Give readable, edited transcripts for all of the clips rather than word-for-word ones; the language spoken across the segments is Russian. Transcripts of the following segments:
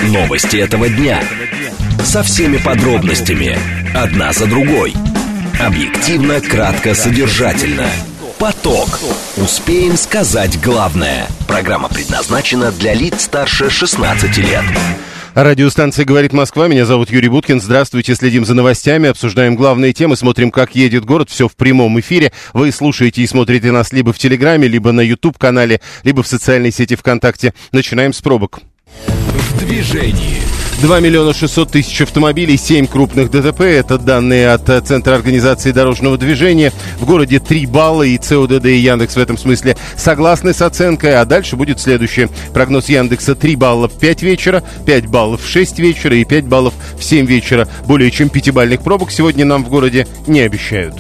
Новости этого дня. Со всеми подробностями. Одна за другой. Объективно, кратко, содержательно. Поток. Успеем сказать главное. Программа предназначена для лиц старше 16 лет. Радиостанция «Говорит Москва». Меня зовут Юрий Буткин. Здравствуйте. Следим за новостями, обсуждаем главные темы, смотрим, как едет город. Все в прямом эфире. Вы слушаете и смотрите нас либо в Телеграме, либо на YouTube-канале, либо в социальной сети ВКонтакте. Начинаем с пробок. В движении. 2 миллиона 600 тысяч автомобилей, 7 крупных ДТП. Это данные от Центра организации дорожного движения. В городе 3 балла, и ЦОДД, и Яндекс в этом смысле согласны с оценкой. А дальше будет следующее. Прогноз Яндекса: 3 балла в 5 вечера, 5 баллов в 6 вечера и 5 баллов в 7 вечера. Более чем 5-бальных пробок сегодня нам в городе не обещают.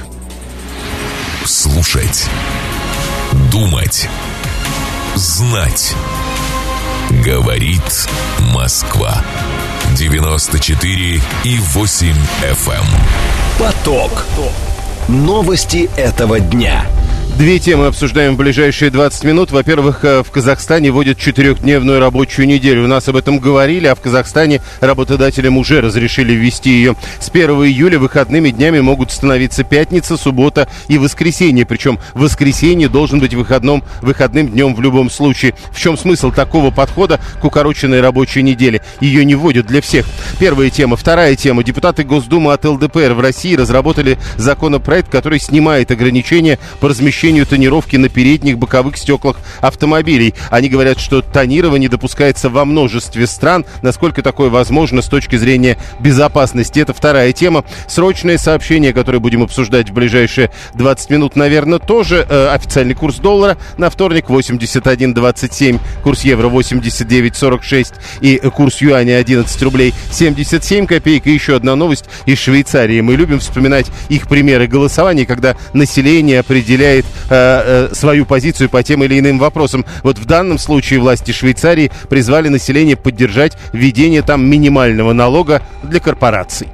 Слушать. Думать. Знать. Говорит Москва. 94,8 FM. Поток. Новости этого дня. Две темы обсуждаем в ближайшие 20 минут. Во-первых, в Казахстане вводят 4-дневную рабочую неделю. У нас об этом говорили, а в Казахстане работодателям уже разрешили ввести ее. С 1 июля выходными днями могут становиться пятница, суббота и воскресенье. Причем воскресенье должен быть выходным днем в любом случае. В чем смысл такого подхода к укороченной рабочей неделе? Ее не вводят для всех. Первая тема. Вторая тема. Депутаты Госдумы от ЛДПР в России разработали законопроект, который снимает ограничения по размещению тонировки на передних боковых стеклах автомобилей. Они говорят, что тонирование допускается во множестве стран. Насколько такое возможно с точки зрения безопасности? Это вторая тема. Срочное сообщение, которое будем обсуждать в ближайшие 20 минут, наверное, тоже. Официальный курс доллара на вторник 81.27, курс евро 89.46 и курс юаня 11 рублей 77 копеек. И еще одна новость из Швейцарии. Мы любим вспоминать их примеры голосования, когда население определяет свою позицию по тем или иным вопросам. Вот в данном случае власти Швейцарии призвали население поддержать введение там минимального налога для корпораций.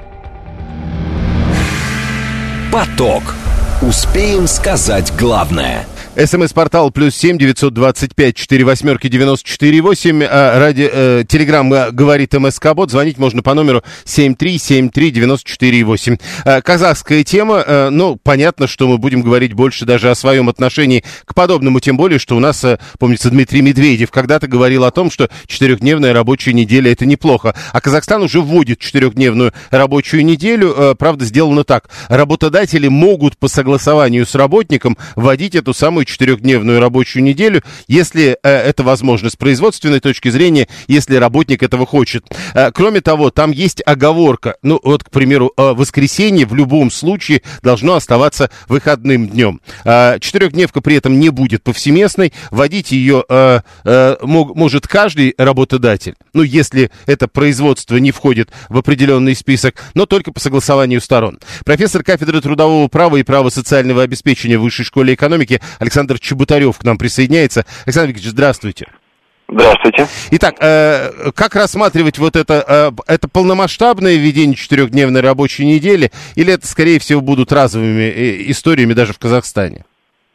Поток. Успеем сказать главное. СМС-портал +7 925 48 94 8. Телеграм говорит МСК-бот. Звонить можно по номеру 7373 94 8. Казахская тема. Понятно, что мы будем говорить больше даже о своем отношении к подобному. Тем более, что у нас, помнится, Дмитрий Медведев когда-то говорил о том, что 4-дневная рабочая неделя — это неплохо. А Казахстан уже вводит 4-дневную рабочую неделю. Правда, сделано так. Работодатели могут по согласованию с работником вводить эту самую 4-дневную рабочую неделю, если это возможно с производственной точки зрения, если работник этого хочет. Кроме того, там есть оговорка. К примеру, воскресенье в любом случае должно оставаться выходным днем. 4-дневка при этом не будет повсеместной. Вводить ее может каждый работодатель, если это производство не входит в определенный список, но только по согласованию сторон. Профессор кафедры трудового права и права социального обеспечения в Высшей школе экономики Александр Чеботарев к нам присоединяется. Александр Викторович, здравствуйте. Здравствуйте. Итак, как рассматривать вот это полномасштабное введение 4-дневной рабочей недели, или это, скорее всего, будут разовыми историями даже в Казахстане?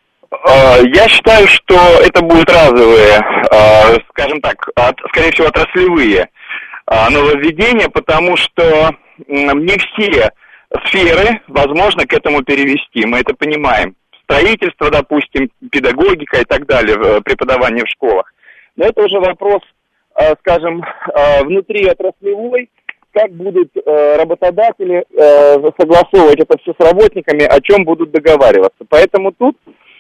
Я считаю, что это будут разовые, скажем так, скорее всего, отраслевые нововведения, потому что не все сферы возможно к этому перевести, мы это понимаем. Строительство, допустим, педагогика и так далее, преподавание в школах. Но это уже вопрос, скажем, внутриотраслевой, как будут работодатели согласовывать это все с работниками, о чем будут договариваться. Поэтому тут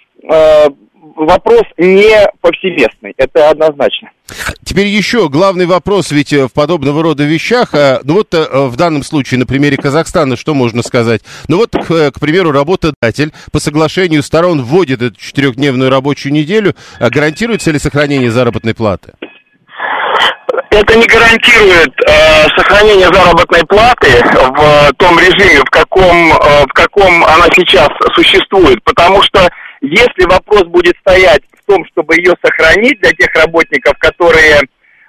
вопрос не повсеместный, это однозначно. Теперь еще главный вопрос ведь в подобного рода вещах. В данном случае на примере Казахстана что можно сказать? К примеру, работодатель по соглашению сторон вводит эту 4-дневную рабочую неделю. Гарантируется ли сохранение заработной платы? Это не гарантирует сохранение заработной платы в том режиме, в каком она сейчас существует, потому что если вопрос будет стоять в том, чтобы ее сохранить для тех работников, которые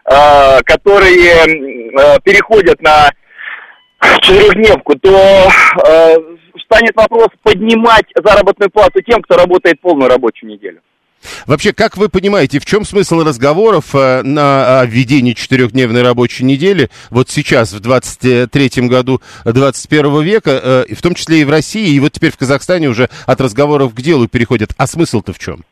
переходят на 4-дневку, то станет вопрос поднимать заработную плату тем, кто работает полную рабочую неделю. Вообще, как вы понимаете, в чем смысл разговоров о введении 4-дневной рабочей недели вот сейчас, в 23-м году 21 века, в том числе и в России, и вот теперь в Казахстане уже от разговоров к делу переходят. А смысл-то в чем?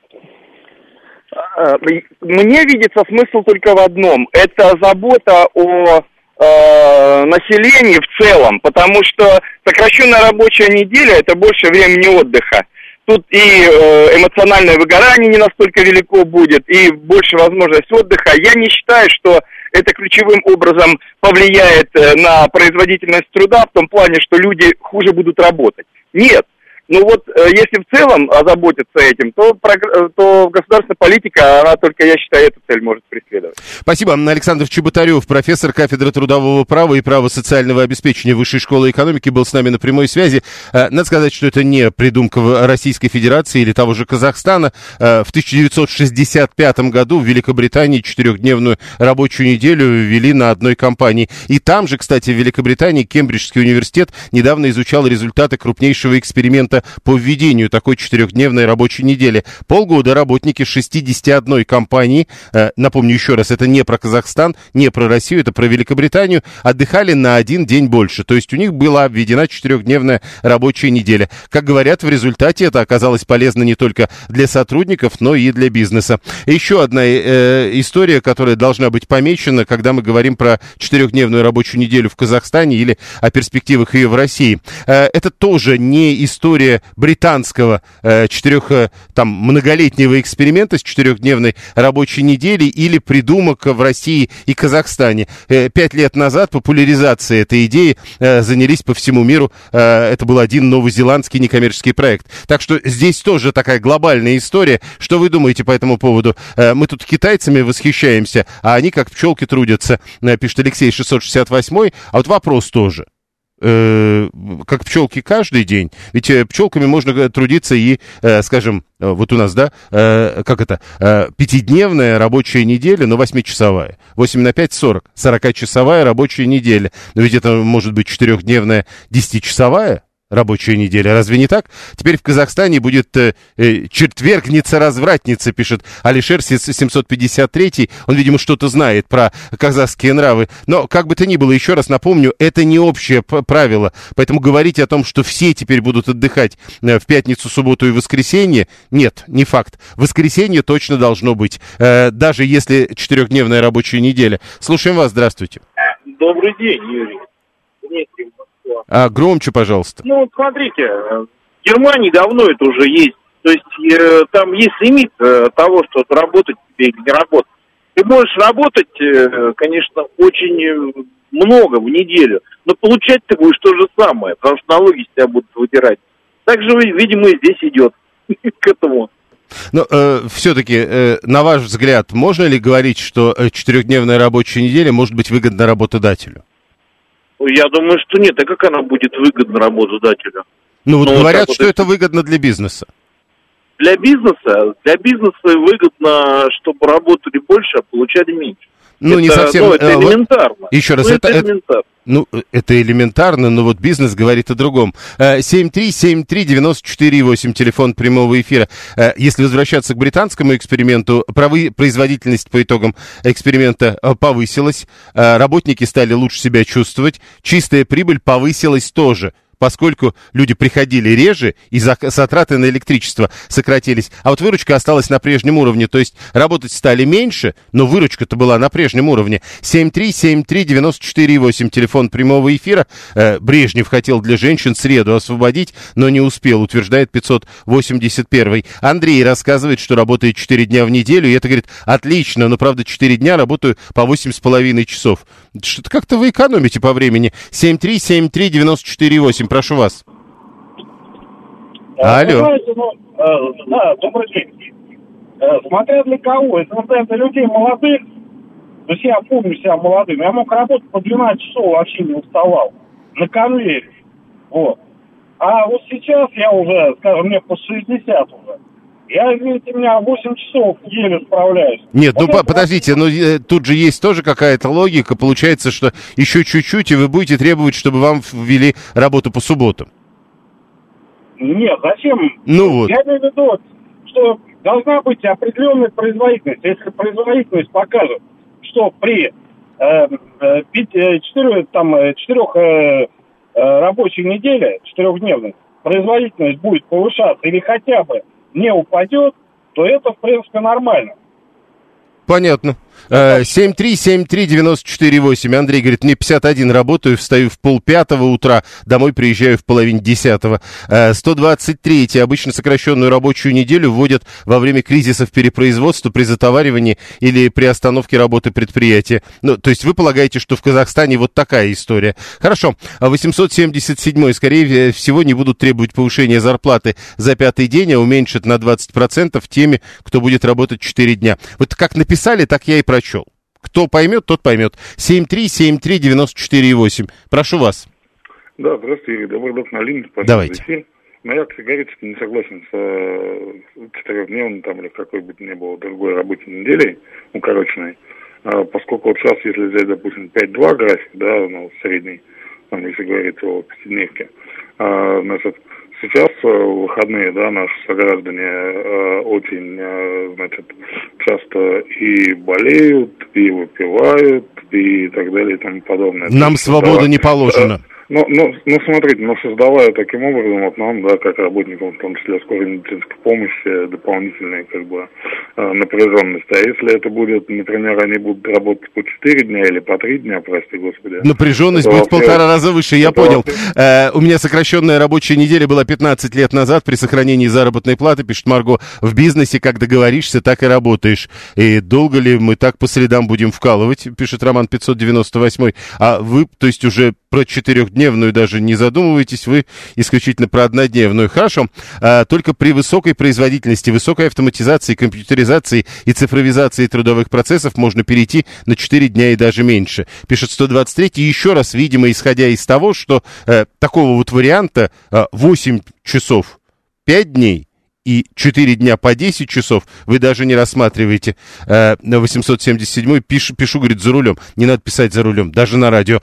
Мне видится смысл только в одном. Это забота о населении в целом, потому что сокращенная рабочая неделя – это больше времени отдыха. Тут и эмоциональное выгорание не настолько велико будет, и больше возможность отдыха. Я не считаю, что это ключевым образом повлияет на производительность труда в том плане, что люди хуже будут работать. Нет. Ну вот, если в целом озаботиться этим, то государственная политика, она только, я считаю, эту цель может преследовать. Спасибо. Александр Чеботарев, профессор кафедры трудового права и права социального обеспечения Высшей школы экономики, был с нами на прямой связи. Надо сказать, что это не придумка Российской Федерации или того же Казахстана. В 1965 году в Великобритании 4-дневную рабочую неделю ввели на одной компании. И там же, кстати, в Великобритании Кембриджский университет недавно изучал результаты крупнейшего эксперимента по введению такой 4-дневной рабочей недели. Полгода работники 61 компании, напомню еще раз, это не про Казахстан, не про Россию, это про Великобританию, отдыхали на один день больше. То есть у них была введена 4-дневная рабочая неделя. Как говорят, в результате это оказалось полезно не только для сотрудников, но и для бизнеса. Еще одна история, которая должна быть помечена, когда мы говорим про 4-дневную рабочую неделю в Казахстане или о перспективах ее в России. Это тоже не история британского многолетнего эксперимента с 4-дневной рабочей неделей или придумок в России и Казахстане. 5 лет назад популяризацией этой идеи занялись по всему миру. Это был один новозеландский некоммерческий проект. Так что здесь тоже такая глобальная история. Что вы думаете по этому поводу? Мы тут китайцами восхищаемся, а они как пчелки трудятся, пишет Алексей 668. А вот вопрос тоже. Как пчелки каждый день. Ведь пчелками можно трудиться и, скажем, вот у нас, да, 5-дневная рабочая неделя, но 8-часовая. 8 на 5 – 40. 40-часовая рабочая неделя. Но ведь это может быть 4-дневная 10-часовая рабочая неделя. Разве не так? Теперь в Казахстане будет четвергница-развратница, пишет Алишер 753. Он, видимо, что-то знает про казахские нравы. Но, как бы то ни было, еще раз напомню, это не общее правило. Поэтому говорить о том, что все теперь будут отдыхать в пятницу, субботу и воскресенье, нет, не факт. Воскресенье точно должно быть, даже если 4-дневная рабочая неделя. Слушаем вас, здравствуйте. Добрый день, Юрий. Дмитрий. Громче, пожалуйста. Ну, смотрите, в Германии давно это уже есть. То есть там есть лимит того, что работать тебе или не работать. Ты можешь работать, конечно, очень много в неделю, но получать ты будешь то же самое, потому что налоги с тебя будут выбирать. Так же, видимо, и здесь идет к этому. Но все-таки, на ваш взгляд, можно ли говорить, что 4-дневная рабочая неделя может быть выгодна работодателю? Я думаю, что нет. А как она будет выгодна работодателю? Ну вот говорят, что это выгодно для бизнеса. Для бизнеса выгодно, чтобы работали больше, а получали меньше. Ну, не совсем. Ну, это элементарно. Еще раз, это элементарно. Ну, это элементарно, но вот бизнес говорит о другом. 7373948, телефон прямого эфира. Если возвращаться к британскому эксперименту, производительность по итогам эксперимента повысилась, работники стали лучше себя чувствовать, чистая прибыль повысилась тоже, поскольку люди приходили реже, и затраты на электричество сократились, а вот выручка осталась на прежнем уровне, то есть работать стали меньше, но выручка-то была на прежнем уровне. 7373948, телефон прямого эфира. Брежнев хотел для женщин среду освободить, но не успел, утверждает 581. Андрей рассказывает, что работает 4 дня в неделю, и это, говорит, отлично, но, правда, 4 дня работаю по 8,5 часов. Что-то как-то вы экономите по времени. 7373948. Прошу вас. Алло. Знаете, да, добрый день. Смотря для кого. Если, например, для людей молодых, то есть я помню себя молодым, я мог работать по 12 часов, вообще не уставал. На конвейере. Вот. А вот сейчас я уже, скажем, мне по 60 уже. Я, извините меня, 8 часов еле справляюсь. Нет, вот подождите, но тут же есть тоже какая-то логика. Получается, что еще чуть-чуть, и вы будете требовать, чтобы вам ввели работу по субботам. Нет, зачем? Ну вот. Я имею в виду, что должна быть определенная производительность. Если производительность покажет, что при 4 рабочей неделе, 4-дневной, производительность будет повышаться или хотя бы не упадет, то это, в принципе, нормально. Понятно. 7373948. Андрей говорит, мне 51, работаю, встаю в 4:30 утра, домой приезжаю в 9:30. 123. Обычно сокращенную рабочую неделю вводят во время кризисов перепроизводства, при затоваривании или при остановке работы предприятия. Ну, то есть вы полагаете, что в Казахстане вот такая история. Хорошо. 877. Скорее всего, не будут требовать повышения зарплаты за 5-й день, а уменьшат на 20% теми, кто будет работать 4 дня. Вот как написали, так я и прочел. Кто поймет, тот поймет. 7373948. Прошу вас. Да, здравствуйте, Игорь. Добрый док на линии. Давайте. Но я категорически не согласен с 4-дневной там, или какой бы то ни было другой рабочей неделей, укороченной. Поскольку вот сейчас, если взять, допустим, 5-2 график, да, ну, средний, там, если говорить о 5-дневке, значит, сейчас в выходные, да, наши сограждане очень, значит, часто и болеют, и выпивают, и так далее, и тому подобное. Нам свобода не положена. Ну, смотрите, создавая таким образом вот нам, да, как работникам, в том числе скорой медицинской помощи, дополнительные, как бы, напряженность. А если это будет, например, они будут работать по 4 дня или по 3 дня, прости господи. Напряженность будет в 1,5 раза выше, я понял. У меня сокращенная рабочая неделя была 15 лет назад при сохранении заработной платы, пишет Марго. В бизнесе, как договоришься, так и работаешь. И долго ли мы так по средам будем вкалывать, пишет Роман 598. А вы, то есть уже про 4-дневную даже не задумываетесь, вы исключительно про 1-дневную. Хорошо. Только при высокой производительности, высокой автоматизации, компьютеризации и цифровизации трудовых процессов можно перейти на 4 дня и даже меньше. Пишет 123. Еще раз, видимо, исходя из того, что такого вот варианта 8 часов 5 дней и 4 дня по 10 часов вы даже не рассматриваете. 877-й пишу, говорит, за рулем. Не надо писать за рулем, даже на радио.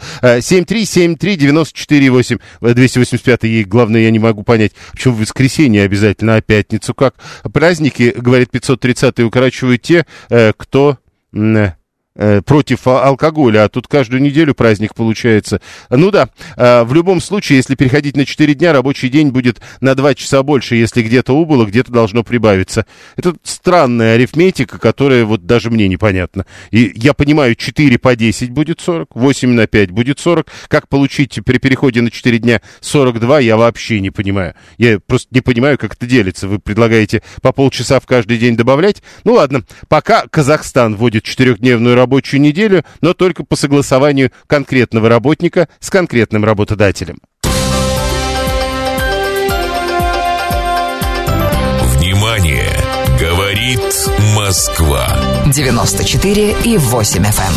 7373948. 285-й, главное, я не могу понять, почему в воскресенье обязательно, а пятницу как? Праздники, говорит 530-й, укорачивают те, кто против алкоголя, а тут каждую неделю праздник получается. Ну да, в любом случае, если переходить на 4 дня, рабочий день будет на 2 часа больше, если где-то убыло, где-то должно прибавиться. Это странная арифметика, которая вот даже мне непонятна. И я понимаю, 4 по 10 будет 40, 8 на 5 будет 40. Как получить при переходе на 4 дня 42, я вообще не понимаю. Я просто не понимаю, как это делится. Вы предлагаете по полчаса в каждый день добавлять? Ну ладно, пока Казахстан вводит 4-дневную рабочую неделю, но только по согласованию конкретного работника с конкретным работодателем. Внимание! Говорит Москва. 94,8 FM.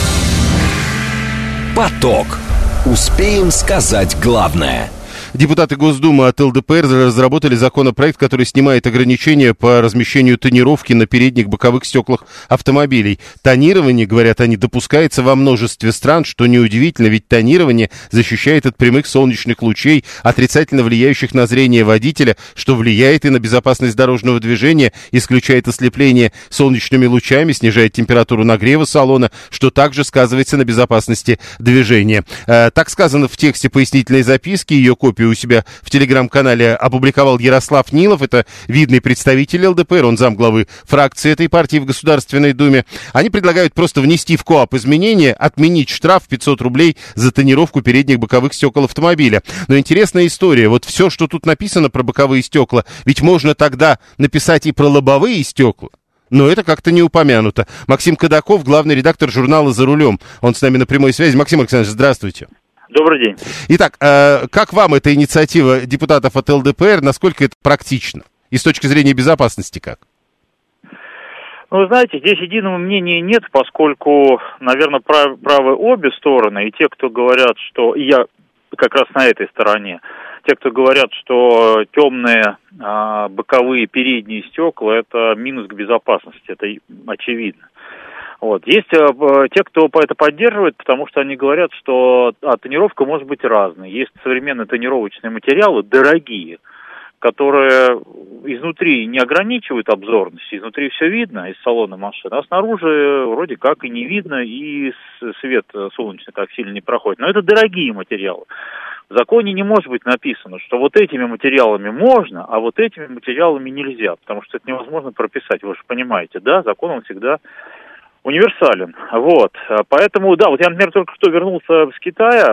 Поток. Успеем сказать главное. Депутаты Госдумы от ЛДПР разработали законопроект, который снимает ограничения по размещению тонировки на передних боковых стеклах автомобилей. Тонирование, говорят они, допускается во множестве стран, что неудивительно, ведь тонирование защищает от прямых солнечных лучей, отрицательно влияющих на зрение водителя, что влияет и на безопасность дорожного движения, исключает ослепление солнечными лучами, снижает температуру нагрева салона, что также сказывается на безопасности движения. Так сказано в тексте пояснительной записки, ее копию у себя в телеграм-канале опубликовал Ярослав Нилов, это видный представитель ЛДПР, он замглавы фракции этой партии в Государственной Думе. Они предлагают просто внести в КоАП изменения, отменить штраф 500 рублей за тонировку передних боковых стекол автомобиля. Но интересная история, вот все, что тут написано про боковые стекла, ведь можно тогда написать и про лобовые стекла. Но это как-то не упомянуто. Максим Кадаков, главный редактор журнала «За рулем». Он с нами на прямой связи. Максим Александрович, здравствуйте. Добрый день. Итак, как вам эта инициатива депутатов от ЛДПР, насколько это практично? И с точки зрения безопасности как? Ну, вы знаете, здесь единого мнения нет, поскольку, наверное, правы обе стороны. И те, кто говорят, что... И я как раз на этой стороне. Те, кто говорят, что темные боковые передние стекла – это минус к безопасности, это очевидно. Вот. Есть те, кто это поддерживает, потому что они говорят, что тонировка может быть разной. Есть современные тонировочные материалы, дорогие, которая изнутри не ограничивает обзорность, изнутри все видно из салона машины, а снаружи вроде как и не видно, и свет солнечный так сильно не проходит. Но это дорогие материалы. В законе не может быть написано, что вот этими материалами можно, а вот этими материалами нельзя, потому что это невозможно прописать, вы же понимаете, да, закон он всегда универсален, вот, поэтому, да, вот я, например, только что вернулся из Китая,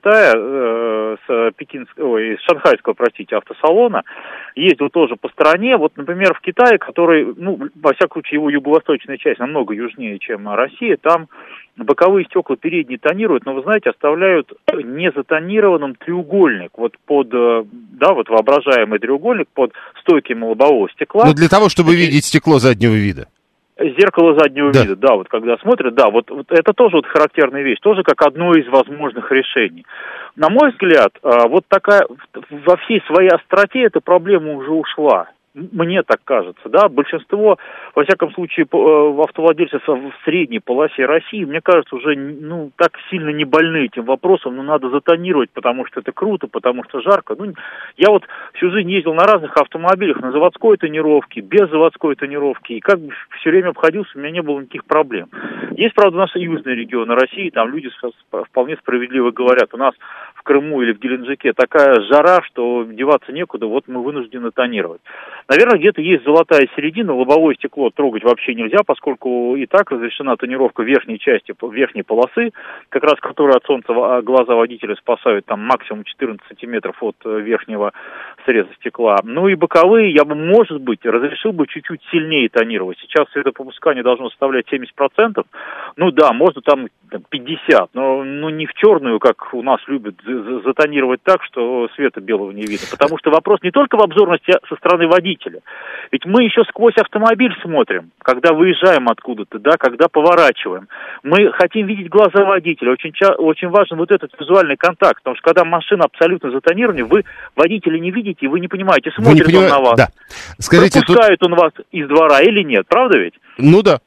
из шанхайского, автосалона, ездил тоже по стране, вот, например, в Китае, который, ну, во всяком случае, его юго-восточная часть намного южнее, чем Россия, там боковые стекла передние тонируют, но, вы знаете, оставляют незатонированным треугольник, вот под, да, вот воображаемый треугольник под стойками лобового стекла. Ну, для того, чтобы видеть стекло заднего вида. Зеркало заднего вида, да, вот когда смотрят, да, вот это тоже вот характерная вещь, тоже как одно из возможных решений. На мой взгляд, вот такая, во всей своей остроте эта проблема уже ушла. Мне так кажется, да, большинство, во всяком случае, автовладельцев в средней полосе России, мне кажется, уже, ну, так сильно не больны этим вопросом, но надо затонировать, потому что это круто, потому что жарко. Ну, я вот всю жизнь ездил на разных автомобилях, на заводской тонировке, без заводской тонировки, и как бы все время обходился, у меня не было никаких проблем. Есть, правда, наши южные регионы России, там люди вполне справедливо говорят, у нас в Крыму или в Геленджике такая жара, что деваться некуда, вот мы вынуждены тонировать. Наверное, где-то есть золотая середина, лобовое стекло трогать вообще нельзя, поскольку и так разрешена тонировка верхней части, верхней полосы, как раз которая от солнца глаза водителя спасают, там максимум 14 сантиметров от верхнего среза стекла. Ну и боковые я бы, может быть, разрешил бы чуть-чуть сильнее тонировать. Сейчас светопропускание должно составлять 70%, ну да, можно там 50%, но не в черную, как у нас любят затонировать так, что света белого не видно. Потому что вопрос не только в обзорности со стороны водителя. Ведь мы еще сквозь автомобиль смотрим, когда выезжаем откуда-то, да, когда поворачиваем. Мы хотим видеть глаза водителя. Очень важен вот этот визуальный контакт, потому что когда машина абсолютно затонирована, вы водителя не видите, и вы не понимаете, смотрит он на вас, да. Скажите, пропускает он вас из двора или нет, правда ведь? Ну да.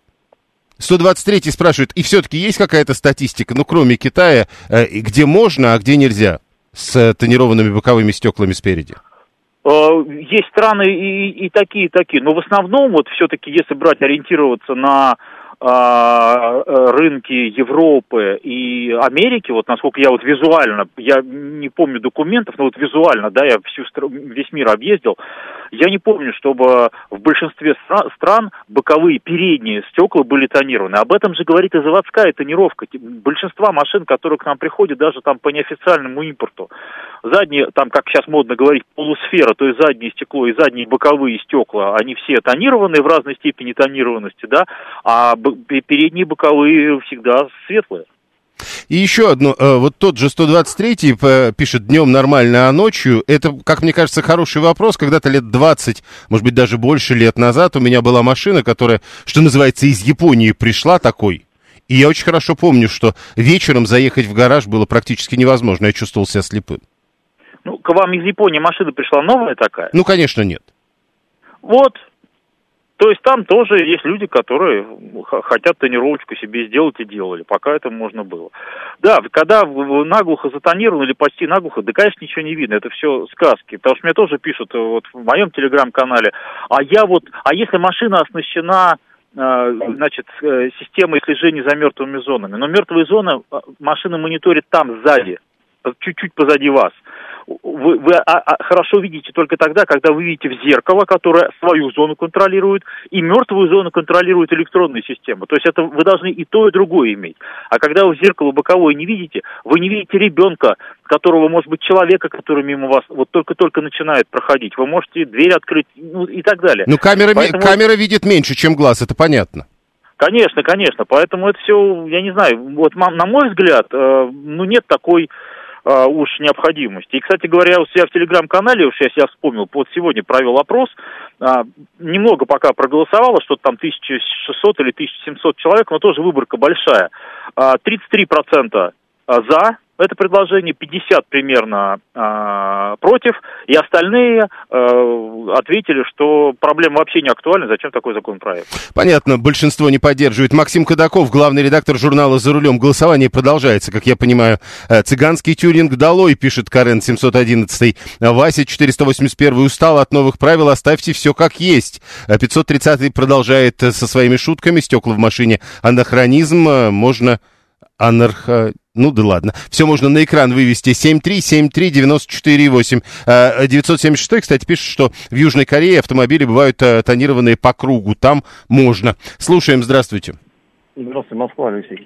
123-й спрашивает, и все-таки есть какая-то статистика, ну, кроме Китая, где можно, а где нельзя, с тонированными боковыми стеклами спереди? Есть страны и такие. Но в основном, вот все-таки, если брать, ориентироваться на рынки Европы и Америки, вот насколько я вот визуально, я не помню документов, но вот визуально, да, я весь мир объездил, я не помню, чтобы в большинстве стран боковые передние стекла были тонированы. Об этом же говорит и заводская тонировка. Большинство машин, которые к нам приходят, даже там по неофициальному импорту, задние, там, как сейчас модно говорить, полусфера, то есть заднее стекло и задние боковые стекла, они все тонированные в разной степени тонированности, да, а передние боковые всегда светлые. И еще одно, вот тот же 123-й пишет днем нормально, а ночью, это, как мне кажется, хороший вопрос. Когда-то лет 20, может быть, даже больше лет назад у меня была машина, которая, что называется, из Японии пришла такой. И я очень хорошо помню, что вечером заехать в гараж было практически невозможно, я чувствовал себя слепым. Ну, к вам из Японии машина пришла новая такая? Ну, конечно, нет. Вот. То есть там тоже есть люди, которые хотят тонировочку себе сделать и делали, пока это можно было. Да, когда наглухо затонировано или почти наглухо, да, конечно, ничего не видно, это все сказки. Потому что мне тоже пишут вот в моем телеграм-канале, а если машина оснащена, значит, системой слежения за мертвыми зонами, но мертвые зоны машина мониторит там сзади, чуть-чуть позади вас. Вы хорошо видите только тогда, когда вы видите в зеркало, которое свою зону контролирует, и мертвую зону контролирует электронная система. То есть это вы должны и то, и другое иметь. А когда вы в зеркало боковое не видите, вы не видите ребенка, которого, может быть, человека, который мимо вас вот только-только начинает проходить. Вы можете дверь открыть, ну, и так далее. Ну, камера видит меньше, чем глаз, это понятно. Конечно. Поэтому это все, я не знаю, вот на мой взгляд, ну, нет такой уж необходимости. И, кстати говоря, у себя в телеграм-канале, уж я себя вспомнил, вот сегодня провел опрос, немного пока проголосовало, что-то там 1600 или 1700 человек, но тоже выборка большая. 33% за это предложение, 50 примерно против, и остальные ответили, что проблема вообще не актуальна, зачем такой законопроект. Понятно, большинство не поддерживает. Максим Кадаков, главный редактор журнала «За рулем». Голосование продолжается, как я понимаю. «Цыганский тюнинг долой», пишет Карен 711. Вася 481 устал от новых правил, оставьте все как есть. 530 продолжает со своими шутками. Стекла в машине анахронизм, можно ну да ладно. Все можно на экран вывести. 7373948. 976, кстати, пишет, что в Южной Корее автомобили бывают тонированные по кругу. Там можно. Слушаем, здравствуйте. Здравствуйте, Москва, Алексей.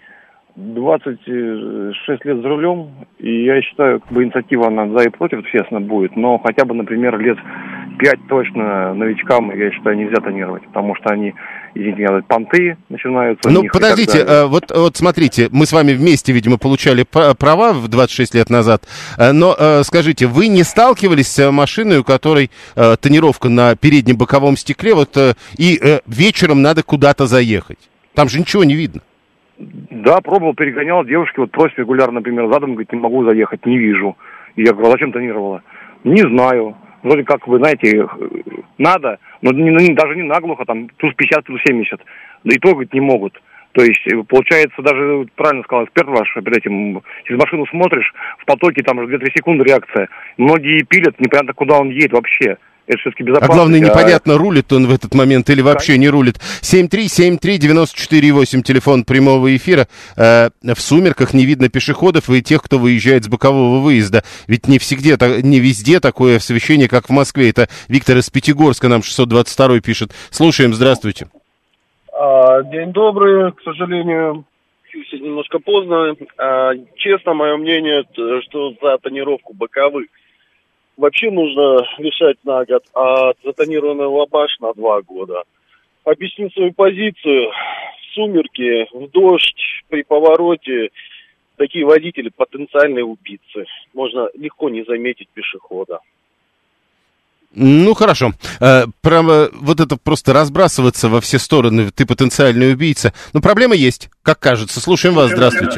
26 лет за рулем, и я считаю, инициатива она за и против, естественно, будет, но хотя бы, например, лет 5 точно новичкам, я считаю, нельзя тонировать, потому что они, извините, понты начинаются. Ну, подождите, вот смотрите, мы с вами вместе, видимо, получали права в 26 лет назад, но скажите, вы не сталкивались с машиной, у которой тонировка на переднем боковом стекле, и вечером надо куда-то заехать? Там же ничего не видно. Да, пробовал, перегонял, девушки просят регулярно, например, задом, говорит, не могу заехать, не вижу. И я говорю, зачем тонировала? Не знаю. Вроде как, вы знаете, надо, но даже не наглухо, там, плюс 50, плюс 70. Да и то, говорит, не могут. То есть, получается, даже, правильно сказал эксперт ваш, перед этим, если машину смотришь, в потоке там же 2-3 секунды реакция. Многие пилят, непонятно, куда он едет вообще. Это все-таки безопасно. А главное, непонятно, рулит он в этот момент или вообще не рулит. 7373948, телефон прямого эфира. В сумерках не видно пешеходов и тех, кто выезжает с бокового выезда. Ведь не везде такое освещение, как в Москве. Это Виктор из Пятигорска, нам 622 пишет. Слушаем, здравствуйте. День добрый. К сожалению, немножко поздно. Честно, мое мнение, что за тонировку боковых вообще нужно решать на год, а затонированный лабаш на 2 года. Объясню свою позицию. В сумерки, в дождь, при повороте такие водители потенциальные убийцы. Можно легко не заметить пешехода. Ну, хорошо. Вот это просто разбрасываться во все стороны, ты потенциальный убийца. Но проблема есть, как кажется. Слушаем вас, здравствуйте.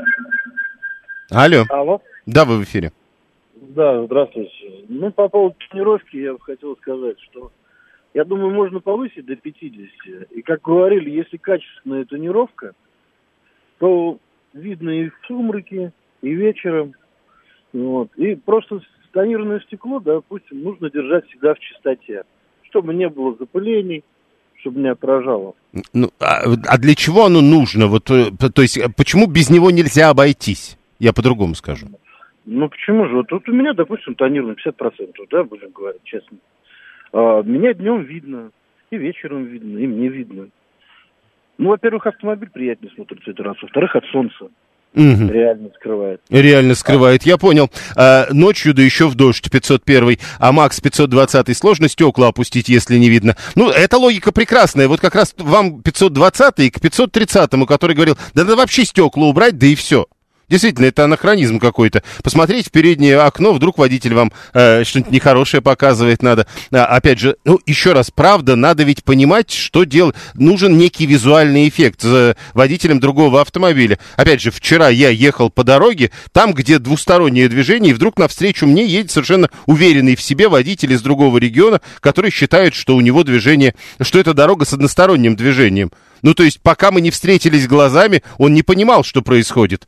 Алло. Алло. Да, вы в эфире. Да, здравствуйте. Ну, по поводу тренировки я бы хотел сказать, что я думаю, можно повысить до 50. И, как говорили, если качественная тонировка, то видно и в сумраке, и вечером. Вот. И просто тонированное стекло, допустим, нужно держать всегда в чистоте, чтобы не было запылений, чтобы не отражало. Ну, а для чего оно нужно? То есть, почему без него нельзя обойтись? Я по-другому скажу. Ну, почему же? Вот тут у меня, допустим, тонировано 50%, да, будем говорить честно. Меня днем видно, и вечером видно, и мне видно. Ну, во-первых, автомобиль приятнее смотрится этот раз. Во-вторых, от солнца. Угу. Реально скрывает. Реально скрывает, я понял. Ночью, да еще в дождь, 501, а Макс 520, сложно стекла опустить, если не видно. Ну, эта логика прекрасная. Вот как раз вам 520 к 530, который говорил, да надо вообще стекла убрать, да и все. Действительно, это анахронизм какой-то. Посмотреть в переднее окно, вдруг водитель вам что-нибудь нехорошее показывает надо. Опять же, еще раз, правда, надо ведь понимать, что делать. Нужен некий визуальный эффект за водителем другого автомобиля. Опять же, вчера я ехал по дороге, там, где двустороннее движение, и вдруг навстречу мне едет совершенно уверенный в себе водитель из другого региона, который считает, что у него движение, что это дорога с односторонним движением. Ну, то есть, пока мы не встретились глазами, он не понимал, что происходит.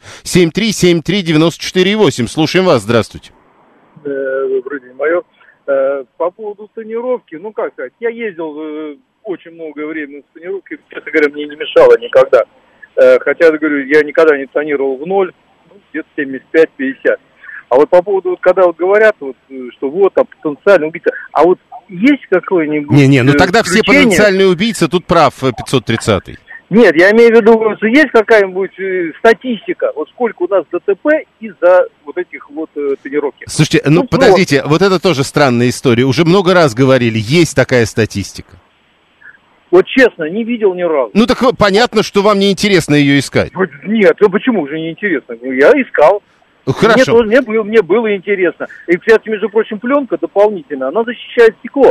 7373948. Слушаем вас. Здравствуйте. Добрый день, майор. По поводу тонировки, ну, как сказать, я ездил очень много времени с тонировкой, честно говоря, мне не мешало никогда. Хотя, говорю, я никогда не тонировал в ноль, где-то 75-50. А вот по поводу, когда говорят, что вот, там, потенциальный убийца, а вот есть какой-нибудь... Ну тогда все потенциальные убийцы, тут прав 530-й. Нет, я имею в виду, что есть какая-нибудь статистика, вот сколько у нас ДТП из-за вот этих вот тренировки. Слушайте, подождите, вот это тоже странная история. Уже много раз говорили, есть такая статистика. Вот честно, не видел ни разу. Ну так понятно, что вам не интересно ее искать. Нет, почему же не интересно? Я искал. Хорошо. Мне было интересно. И, кстати, между прочим, пленка дополнительно, она защищает стекло.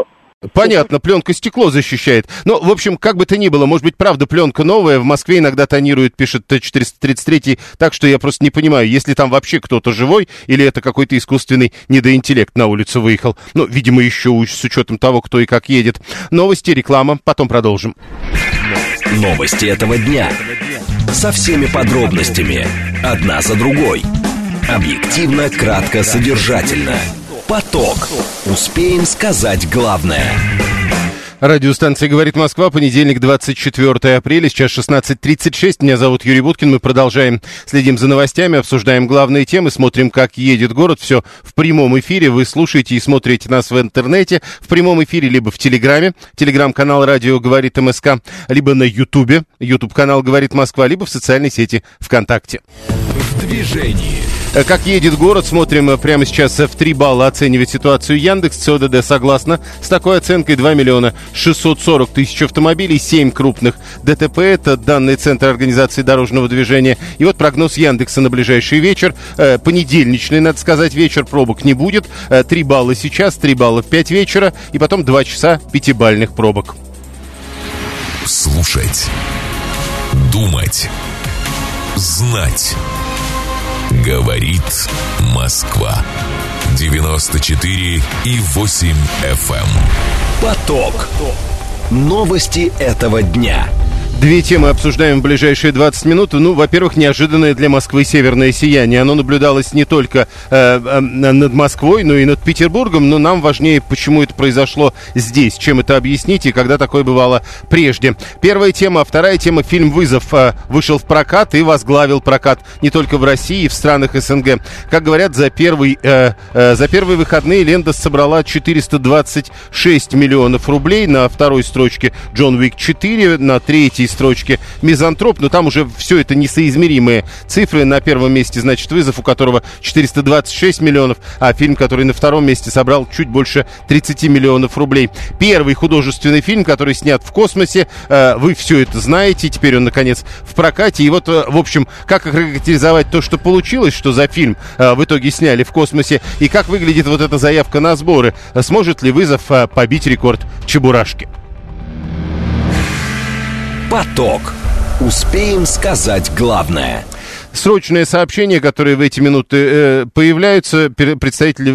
Понятно, пленка стекло защищает. Ну, в общем, как бы то ни было, может быть, правда, пленка новая. В Москве иногда тонируют, пишет Т-433, так что я просто не понимаю, если там вообще кто-то живой, или это какой-то искусственный недоинтеллект на улицу выехал. Ну, видимо, еще с учетом того, кто и как едет. Новости, реклама, потом продолжим. Новости этого дня. Со всеми подробностями. Одна за другой. Объективно, кратко, содержательно. Поток. Успеем сказать главное. Радиостанция «Говорит Москва», понедельник, 24 апреля, сейчас 16:36. Меня зовут Юрий Буткин, мы продолжаем, следим за новостями, обсуждаем главные темы, смотрим, как едет город. Все в прямом эфире, вы слушаете и смотрите нас в интернете, в прямом эфире, либо в Телеграме, телеграм-канал «Радио говорит МСК», либо на Ютубе, ютуб-канал «Говорит Москва», либо в социальной сети ВКонтакте. В движении. Как едет город, смотрим прямо сейчас в 3 балла оценивает ситуацию Яндекс. ЦОДД согласно. С такой оценкой 2 миллиона 640 тысяч автомобилей, 7 крупных ДТП. Это данные Центра организации дорожного движения. И вот прогноз Яндекса на ближайший вечер. Понедельничный, надо сказать, вечер, пробок не будет. 3 балла сейчас, 3 балла в 5 вечера. И потом 2 часа 5-бальных пробок. Слушать. Думать. Знать. Говорит Москва. 94,8 FM. Поток. Новости этого дня. 2 темы обсуждаем в ближайшие 20 минут. Ну, во-первых, неожиданное для Москвы северное сияние. Оно наблюдалось не только над Москвой, но и над Петербургом. Но нам важнее, почему это произошло здесь. Чем это объяснить и когда такое бывало прежде. Первая тема. А вторая тема. Фильм «Вызов» вышел в прокат и возглавил прокат не только в России, и в странах СНГ. Как говорят, за первые выходные лента собрала 426 миллионов рублей. На второй строчке «Джон Уик 4», на третьей строчке «Мизантроп», но там уже все это несоизмеримые цифры. На первом месте, значит, «Вызов», у которого 426 миллионов, а фильм, который на втором месте, собрал чуть больше 30 миллионов рублей. Первый художественный фильм, который снят в космосе, вы все это знаете, теперь он, наконец, в прокате. И вот, в общем, как охарактеризовать то, что получилось, что за фильм в итоге сняли в космосе, и как выглядит вот эта заявка на сборы. Сможет ли «Вызов» побить рекорд «Чебурашки»? Поток. Успеем сказать главное. Срочное сообщение, которое в эти минуты появляются. Представитель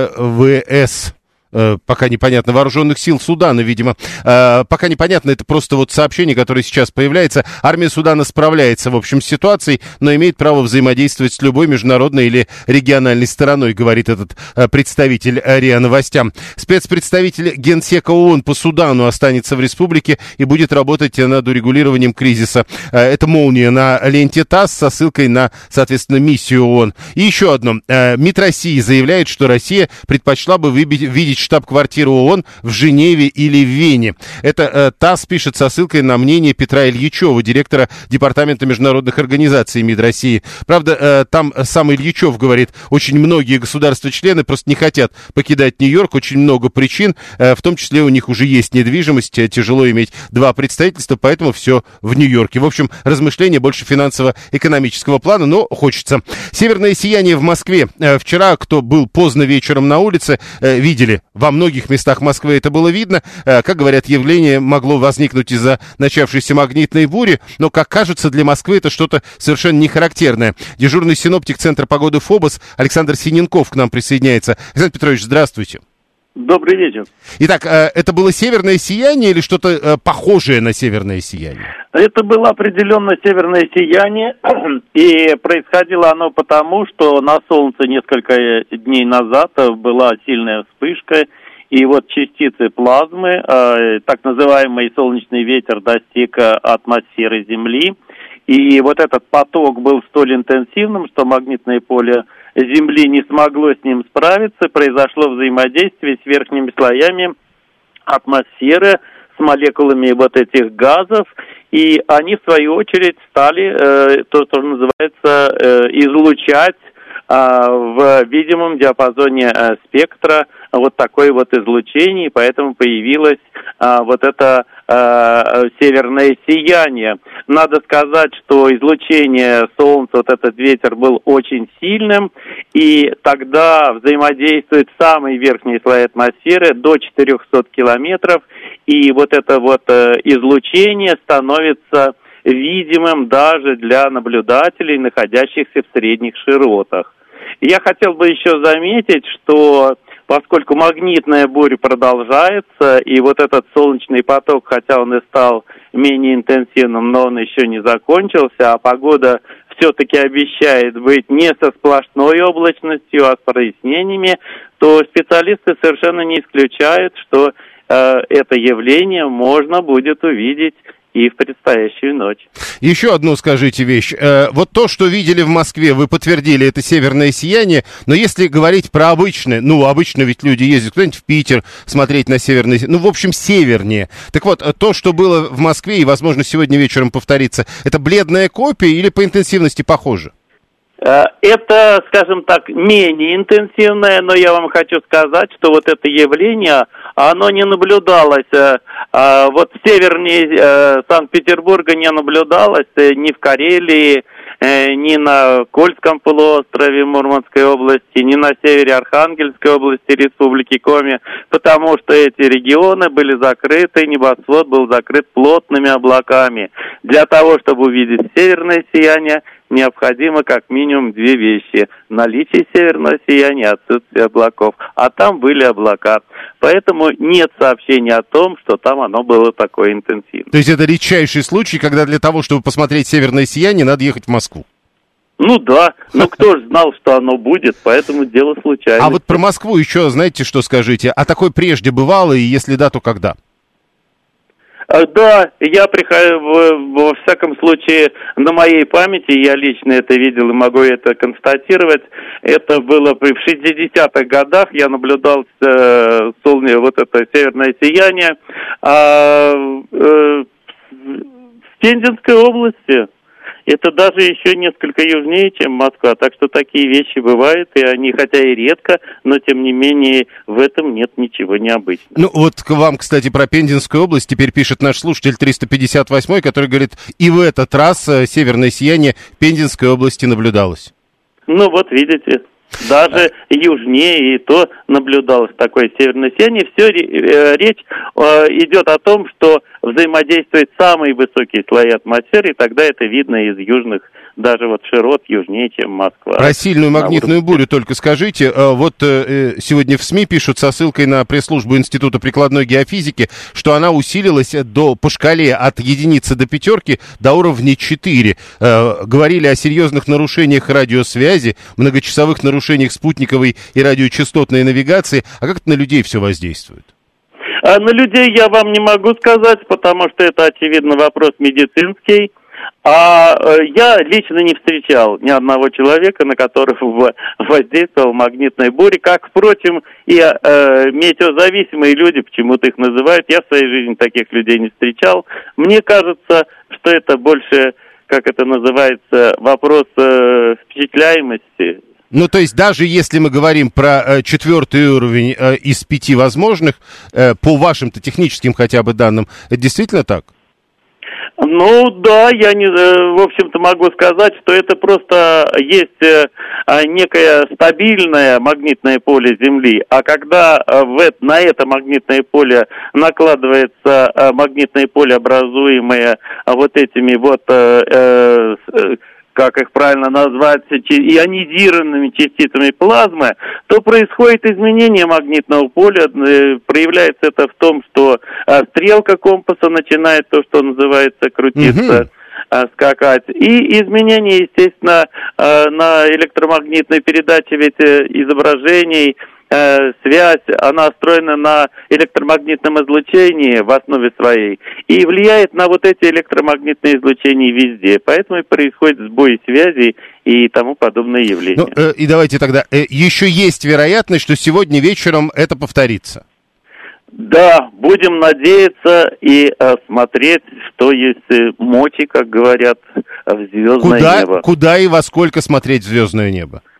ВС, пока непонятно, вооруженных сил Судана, видимо. Пока непонятно, это просто вот сообщение, которое сейчас появляется. Армия Судана справляется, в общем, с ситуацией, но имеет право взаимодействовать с любой международной или региональной стороной, говорит этот представитель РИА Новостям. Спецпредставитель Генсека ООН по Судану останется в республике и будет работать над урегулированием кризиса. Это молния на ленте ТАСС со ссылкой на, соответственно, миссию ООН. И еще одно. МИД России заявляет, что Россия предпочла бы видеть штаб-квартиру ООН в Женеве или в Вене. Это ТАСС пишет со ссылкой на мнение Петра Ильичева, директора Департамента международных организаций МИД России. Правда, там сам Ильичев говорит, очень многие государства-члены просто не хотят покидать Нью-Йорк, очень много причин, в том числе у них уже есть недвижимость, тяжело иметь 2 представительства, поэтому все в Нью-Йорке. В общем, размышления больше финансово-экономического плана, но хочется. Северное сияние в Москве. Вчера, кто был поздно вечером на улице, видели. Во многих местах Москвы это было видно. Как говорят, явление могло возникнуть из-за начавшейся магнитной бури, но, как кажется, для Москвы это что-то совершенно не характерное. Дежурный синоптик Центра погоды ФОБОС Александр Синенков к нам присоединяется. Александр Петрович, здравствуйте. Добрый вечер. Итак, это было северное сияние или что-то похожее на северное сияние? Это было определенно северное сияние, и происходило оно потому, что на Солнце несколько дней назад была сильная вспышка, и вот частицы плазмы, так называемый солнечный ветер, достиг атмосферы Земли, и вот этот поток был столь интенсивным, что магнитное поле Земли не смогло с ним справиться, произошло взаимодействие с верхними слоями атмосферы, с молекулами вот этих газов, и они, в свою очередь, стали, то, что называется, излучать в видимом диапазоне спектра вот такое вот излучение, и поэтому появилось вот это северное сияние. Надо сказать, что излучение Солнца, вот этот ветер был очень сильным, и тогда взаимодействует самые верхние слои атмосферы до 400 километров, и вот это вот излучение становится видимым даже для наблюдателей, находящихся в средних широтах. Я хотел бы еще заметить, что поскольку магнитная буря продолжается, и вот этот солнечный поток, хотя он и стал менее интенсивным, но он еще не закончился, а погода все-таки обещает быть не со сплошной облачностью, а с прояснениями, то специалисты совершенно не исключают, что это явление можно будет увидеть и в предстоящую ночь. Еще одну скажите вещь. Вот то, что видели в Москве, вы подтвердили, это северное сияние, но если говорить про обычное, обычно ведь люди ездят куда-нибудь в Питер смотреть на северное сияние, в общем, севернее. Так вот, то, что было в Москве и, возможно, сегодня вечером повторится, это бледная копия или по интенсивности похоже? Это, скажем так, менее интенсивное, но я вам хочу сказать, что вот это явление, оно не наблюдалось, вот севернее Санкт-Петербурга не наблюдалось ни в Карелии, ни на Кольском полуострове Мурманской области, ни на севере Архангельской области Республики Коми, потому что эти регионы были закрыты, небосвод был закрыт плотными облаками. Для того, чтобы увидеть северное сияние, необходимо как минимум две вещи: наличие северного сияния, отсутствие облаков. А там были облака. Поэтому нет сообщений о том, что там оно было такое интенсивное. То есть это редчайший случай, когда для того, чтобы посмотреть северное сияние, надо ехать в Москву? Ну да, но кто же знал, что оно будет, поэтому дело случайно. А вот про Москву еще знаете, что скажите? А такое прежде бывало, и если да, то когда? Да, я во всяком случае, на моей памяти, я лично это видел и могу это констатировать, это было в 60-х годах, я наблюдал вот это северное сияние в Пензенской области. Это даже еще несколько южнее, чем Москва, так что такие вещи бывают, и они, хотя и редко, но тем не менее в этом нет ничего необычного. Ну вот к вам, кстати, про Пензенскую область теперь пишет наш слушатель 358, который говорит, и в этот раз северное сияние Пензенской области наблюдалось. Ну вот видите, даже южнее и то наблюдалось такое северное сияние. Все речь идет о том, что взаимодействуют самые высокие слои атмосферы, и тогда это видно из южных, даже вот широт южнее, чем Москва. Про сильную магнитную бурю только скажите. Вот сегодня в СМИ пишут со ссылкой на пресс-службу Института прикладной геофизики, что она усилилась по шкале от единицы до пятерки до уровня 4. Говорили о серьезных нарушениях радиосвязи, многочасовых нарушениях спутниковой и радиочастотной навигации. А как это на людей все воздействует? На людей я вам не могу сказать, потому что это, очевидно, вопрос медицинский. А я лично не встречал ни одного человека, на которого воздействовала магнитная буря, как, впрочем, и метеозависимые люди, почему-то их называют. Я в своей жизни таких людей не встречал. Мне кажется, что это больше, как это называется, вопрос впечатляемости. Ну, то есть даже если мы говорим про 4 уровень из 5 возможных, по вашим-то техническим хотя бы данным, это действительно так? Ну, да, я в общем-то могу сказать, что это просто есть некое стабильное магнитное поле Земли, а когда на это магнитное поле накладывается магнитное поле, образуемое вот этими вот как их правильно назвать, ионизированными частицами плазмы, то происходит изменение магнитного поля. Проявляется это в том, что стрелка компаса начинает то, что называется, крутиться, скакать. И изменение, естественно, на электромагнитной передаче ведь изображений, связь, она построена на электромагнитном излучении в основе своей и влияет на вот эти электромагнитные излучения везде. Поэтому и происходит сбой связи и тому подобные явления. Ну, и давайте тогда, еще есть вероятность, что сегодня вечером это повторится? Да, будем надеяться и смотреть, что есть мочи, как говорят, в звездное небо. Куда и во сколько смотреть в звездное небо?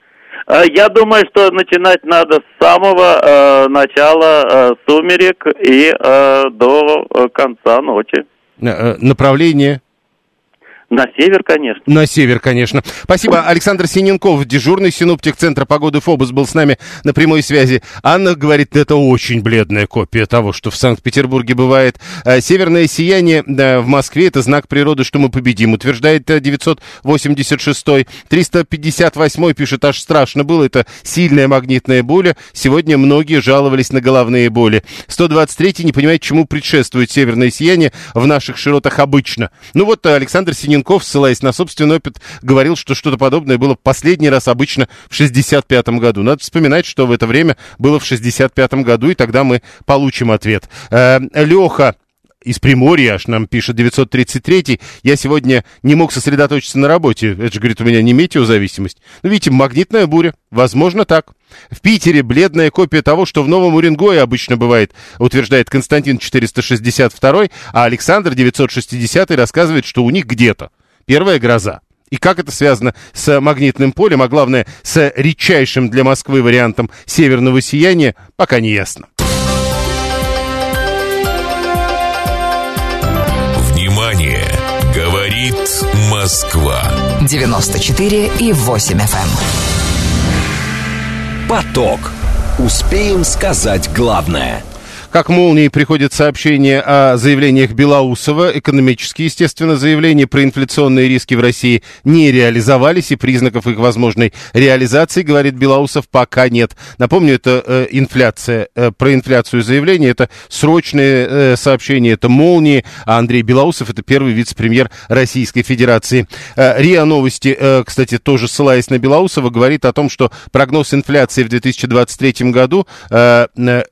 Я думаю, что начинать надо с самого начала сумерек и до конца ночи. Направление? На север, конечно. На север, конечно. Спасибо. Александр Синенков, дежурный синоптик Центра погоды ФОБУС, был с нами на прямой связи. Анна говорит, это очень бледная копия того, что в Санкт-Петербурге бывает. Северное сияние в Москве — это знак природы, что мы победим, утверждает 986-й. 358-й пишет, аж страшно было, это сильная магнитная буря. Сегодня многие жаловались на головные боли. 123-й не понимает, чему предшествует северное сияние в наших широтах обычно. Ну вот Александр Синенков, ссылаясь на собственный опыт, говорил, что что-то подобное было в последний раз обычно в 65-м году. Надо вспоминать, что в это время было в 65-м году, и тогда мы получим ответ. Леха из Приморья аж нам пишет, 933-й. Я сегодня не мог сосредоточиться на работе. Это же, говорит, у меня не метеозависимость. Ну, видите, магнитная буря. Возможно, так. В Питере бледная копия того, что в Новом Уренгое обычно бывает, утверждает Константин 462-й, а Александр 960-й рассказывает, что у них где-то первая гроза. И как это связано с магнитным полем, а главное, с редчайшим для Москвы вариантом северного сияния, пока не ясно. Внимание! Говорит Москва. 94,8 FM. Поток. Успеем сказать главное. Как молнией приходят сообщения о заявлениях Белоусова. Экономические, естественно, заявления про инфляционные риски в России не реализовались, и признаков их возможной реализации, говорит Белоусов, пока нет. Напомню, это инфляция, про инфляцию заявления, это срочные сообщения, это молнии, а Андрей Белоусов — это первый вице-премьер Российской Федерации. РИА Новости, кстати, тоже ссылаясь на Белоусова, говорит о том, что прогноз инфляции в 2023 году в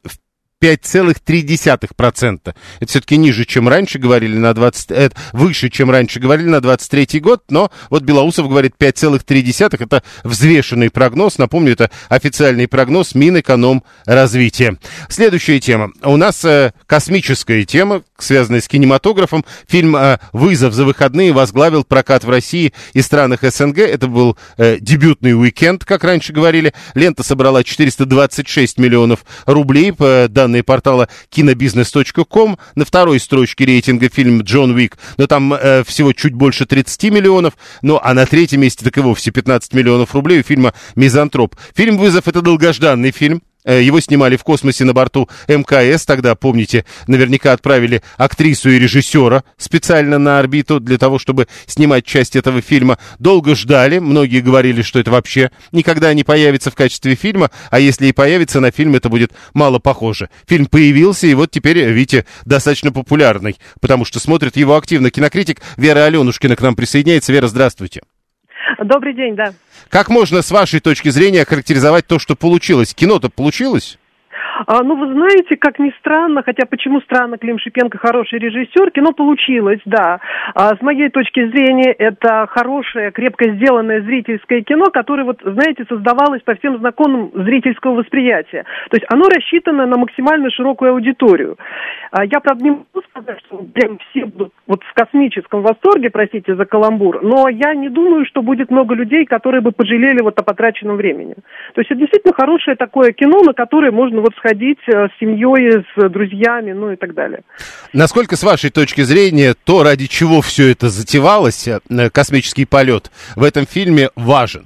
5,3%. Это все-таки ниже, чем раньше говорили на 20... выше, чем раньше говорили на 23-й год, но вот Белоусов говорит 5,3%. Это взвешенный прогноз. Напомню, это официальный прогноз Минэкономразвития. Следующая тема. У нас космическая тема, связанная с кинематографом. Фильм «Вызов» за выходные возглавил прокат в России и странах СНГ. Это был дебютный уикенд, как раньше говорили. Лента собрала 426 миллионов рублей, по данным портала кинобизнес.ком. На второй строчке рейтинга фильм «Джон Уик», но там всего чуть больше 30 миллионов, ну а на третьем месте так и вовсе 15 миллионов рублей у фильма «Мизантроп». Фильм «Вызов» — это долгожданный фильм. Его снимали в космосе на борту МКС. Тогда, помните, наверняка отправили актрису и режиссера специально на орбиту для того, чтобы снимать часть этого фильма. Долго ждали. Многие говорили, что это вообще никогда не появится в качестве фильма. А если и появится на фильм, это будет мало похоже. Фильм появился, и вот теперь, видите, достаточно популярный, потому что смотрит его активно кинокритик Вера Аленушкина к нам присоединяется. Вера, здравствуйте. Добрый день, да. Как можно, с вашей точки зрения, охарактеризовать то, что получилось? Кино-то получилось? Ну, вы знаете, как ни странно, хотя почему странно, Клим Шипенко хороший режиссер, кино получилось, да. С моей точки зрения, это хорошее, крепко сделанное зрительское кино, которое, вот, знаете, создавалось по всем законам зрительского восприятия. То есть оно рассчитано на максимально широкую аудиторию. Я, правда, не могу сказать, что прям все будут вот в космическом восторге, простите за каламбур, но я не думаю, что будет много людей, которые бы пожалели вот о потраченном времени. То есть это действительно хорошее такое кино, на которое можно вот сходить с семьей, с друзьями, ну и так далее. Насколько, с вашей точки зрения, то, ради чего все это затевалось, космический полет, в этом фильме важен?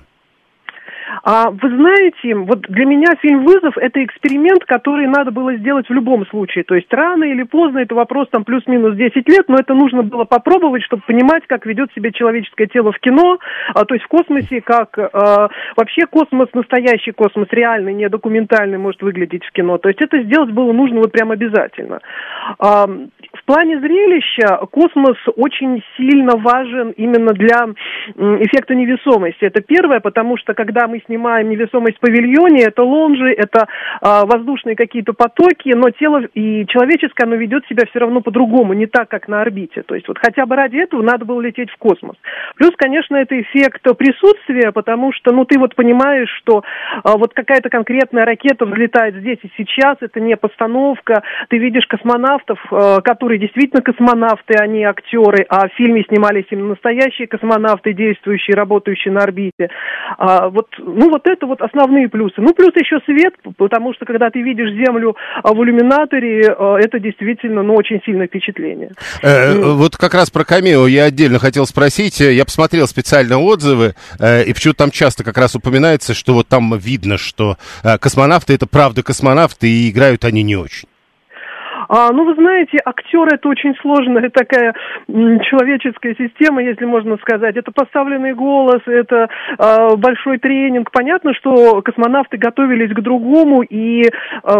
Вы знаете, вот для меня фильм «Вызов» — это эксперимент, который надо было сделать в любом случае. То есть рано или поздно, это вопрос там плюс-минус 10 лет, но это нужно было попробовать, чтобы понимать, как ведет себя человеческое тело в кино, то есть в космосе, как вообще космос, настоящий космос, реальный, не документальный, может выглядеть в кино. То есть это сделать было нужно вот прям обязательно. В плане зрелища космос очень сильно важен именно для эффекта невесомости. Это первое, потому что когда мы снимаем невесомость в павильоне, это лонжи, это воздушные какие-то потоки, но тело и человеческое, оно ведет себя все равно по-другому, не так, как на орбите. То есть вот хотя бы ради этого надо было лететь в космос. Плюс, конечно, это эффект присутствия, потому что, ну, ты вот понимаешь, что вот какая-то конкретная ракета взлетает здесь и сейчас, это не постановка, ты видишь космонавтов, которые которые действительно космонавты, а не актеры, а в фильме снимались именно настоящие космонавты, действующие, работающие на орбите. Вот это вот основные плюсы. Ну, плюс еще свет, потому что когда ты видишь Землю в иллюминаторе, это действительно, очень сильное впечатление. Вот как раз про камео я отдельно хотел спросить. Я посмотрел специально отзывы, и почему-то там часто как раз упоминается, что вот там видно, что космонавты — это правда космонавты, и играют они не очень. Вы знаете, актер — это очень сложная такая человеческая система, если можно сказать. Это поставленный голос, это большой тренинг. Понятно, что космонавты готовились к другому, и, я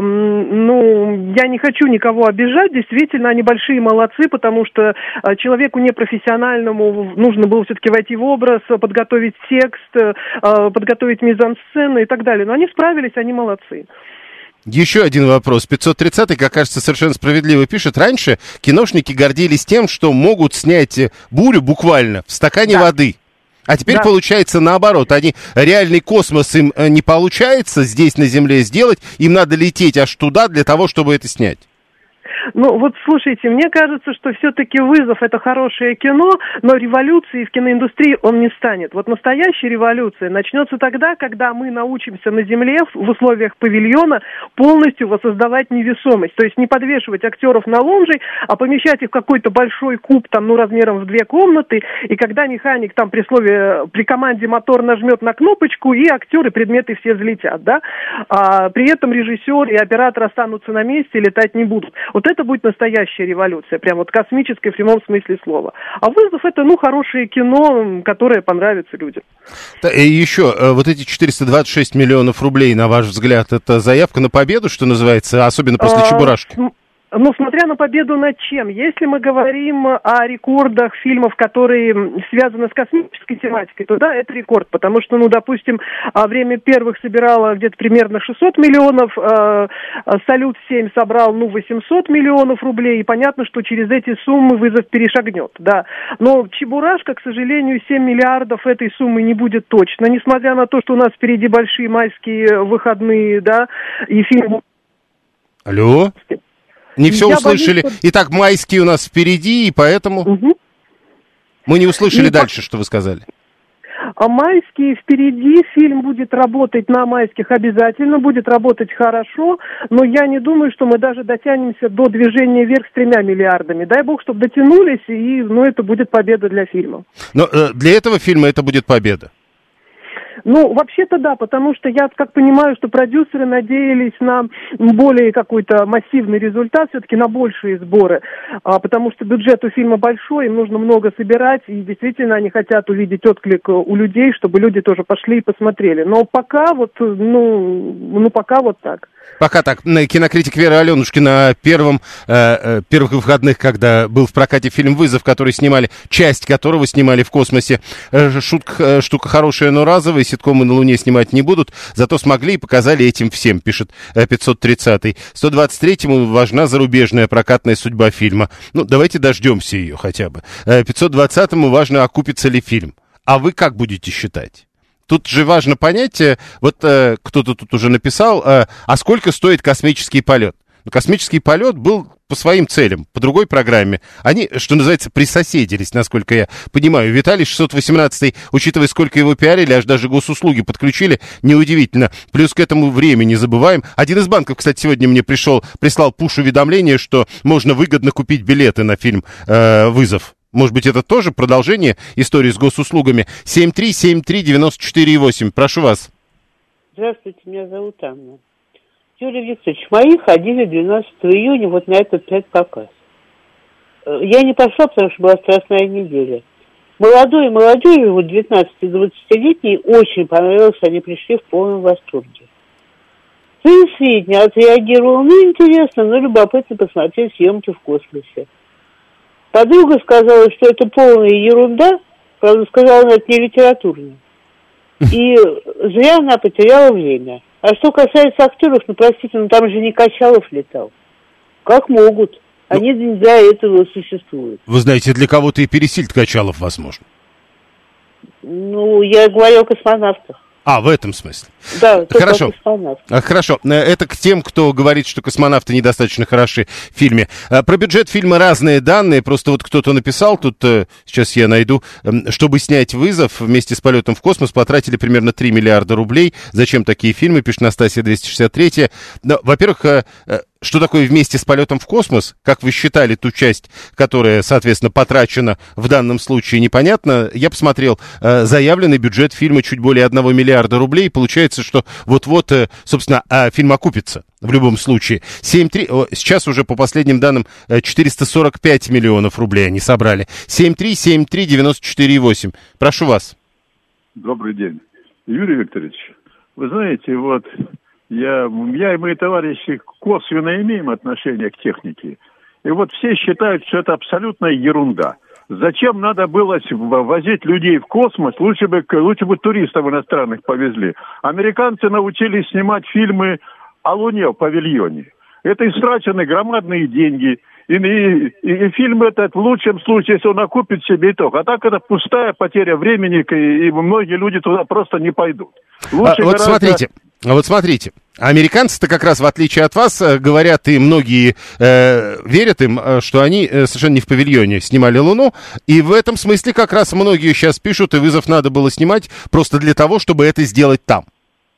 не хочу никого обижать. Действительно, они большие молодцы, потому что человеку непрофессиональному нужно было все-таки войти в образ, подготовить текст, подготовить мизансцену и так далее. Но они справились, они молодцы. Еще один вопрос. 530-й, как кажется, совершенно справедливо пишет. Раньше киношники гордились тем, что могут снять бурю буквально в стакане воды. А теперь получается наоборот. Реальный космос им не получается здесь на Земле сделать. Им надо лететь аж туда для того, чтобы это снять. Слушайте, мне кажется, что все-таки «Вызов» — это хорошее кино, но революции в киноиндустрии он не станет. Вот настоящая революция начнется тогда, когда мы научимся на Земле в условиях павильона полностью воссоздавать невесомость. То есть не подвешивать актеров на лонжи, а помещать их в какой-то большой куб, размером в 2 комнаты, и когда механик при команде мотор нажмет на кнопочку, и актеры, предметы все взлетят, да? А при этом режиссер и оператор останутся на месте и летать не будут. Вот это будет настоящая революция, прям космическая в прямом смысле слова. А «Вызов» — это, хорошее кино, которое понравится людям. И еще, вот эти 426 миллионов рублей, на ваш взгляд, это заявка на победу, что называется, особенно после «Чебурашки»? Смотря на победу над чем. Если мы говорим о рекордах фильмов, которые связаны с космической тематикой, то да, это рекорд, потому что, допустим, «Время первых» собирало где-то примерно 600 миллионов, «Салют-7» собрал, 800 миллионов рублей, и понятно, что через эти суммы «Вызов» перешагнет, да. Но «Чебурашка», к сожалению, 7 миллиардов этой суммы не будет точно, несмотря на то, что у нас впереди большие майские выходные, да, и фильм... Алло? Не все услышали. Боюсь, что... Итак, майские у нас впереди, и поэтому мы не услышали дальше, что вы сказали. А майские впереди, фильм будет работать на майских обязательно, будет работать хорошо, но я не думаю, что мы даже дотянемся до движения вверх с 3 миллиардами. Дай бог, чтобы дотянулись, и это будет победа для фильма. Но для этого фильма это будет победа. Вообще-то да, потому что я как понимаю, что продюсеры надеялись на более какой-то массивный результат, все-таки на большие сборы, потому что бюджет у фильма большой, им нужно много собирать, и действительно они хотят увидеть отклик у людей, чтобы люди тоже пошли и посмотрели. Но пока пока вот так. Пока так. Кинокритик Вера Аленушкина на первых выходных, когда был в прокате фильм «Вызов», часть которого снимали в космосе. Штука хорошая, но разовая. Ситкомы на Луне снимать не будут, зато смогли и показали этим всем, пишет 530-й. 123-му важна зарубежная прокатная судьба фильма. Давайте дождемся ее хотя бы. 520-му важно, окупится ли фильм. А вы как будете считать? Тут же важно понять, кто-то тут уже написал, а сколько стоит космический полет? Космический полет был по своим целям, по другой программе. Они, что называется, присоседились, насколько я понимаю. Виталий 618, учитывая, сколько его пиарили, аж даже госуслуги подключили, неудивительно. Плюс к этому время не забываем. Один из банков, кстати, сегодня мне прислал пуш-уведомление, что можно выгодно купить билеты на фильм «Вызов». Может быть, это тоже продолжение истории с госуслугами? 7373948. Прошу вас. Здравствуйте, меня зовут Анна. Юрий Викторович, мои ходили 12 июня на этот предпоказ. Я не пошла, потому что была страстная неделя. Молодежи, 19-20-летней, очень понравилось, они пришли в полном восторге. Сын средний отреагировал, интересно, но любопытно посмотреть съемки в космосе. Подруга сказала, что это полная ерунда, правда, сказала она, это не литературно. И зря она потеряла время. А что касается актеров, простите, там же не Качалов летал. Как могут? Они для этого существуют. Вы знаете, для кого-то и пересилит Качалов, возможно. Я говорю о космонавтах. В этом смысле. Да, хорошо. Хорошо. Это к тем, кто говорит, что космонавты недостаточно хороши в фильме. Про бюджет фильма разные данные. Просто вот кто-то написал, тут сейчас я найду, чтобы снять «Вызов» вместе с полетом в космос, потратили примерно 3 миллиарда рублей. Зачем такие фильмы, пишет Настасья 263. Но, во-первых, что такое вместе с полетом в космос? Как вы считали ту часть, которая, соответственно, потрачена в данном случае, непонятно. Я посмотрел заявленный бюджет фильма чуть более 1 миллиарда рублей. Получается, что вот-вот, собственно, фильм окупится в любом случае. 7,3, сейчас уже по последним данным 445 миллионов рублей они собрали. 7,3-94,8. Прошу вас. Добрый день. Юрий Викторович, вы знаете, вот я и мои товарищи косвенно имеем отношение к технике. И вот все считают, что это абсолютная ерунда. Зачем надо было возить людей в космос? Лучше бы туристов иностранных повезли. Американцы научились снимать фильмы о Луне в павильоне. Это истрачены громадные деньги. И фильм этот в лучшем случае, если он окупит себе итог. А так это пустая потеря времени, и многие люди туда просто не пойдут. Вот смотрите, американцы-то как раз, в отличие от вас, говорят, и многие верят им, что они совершенно не в павильоне снимали Луну, и в этом смысле как раз многие сейчас пишут, и «Вызов» надо было снимать просто для того, чтобы это сделать там.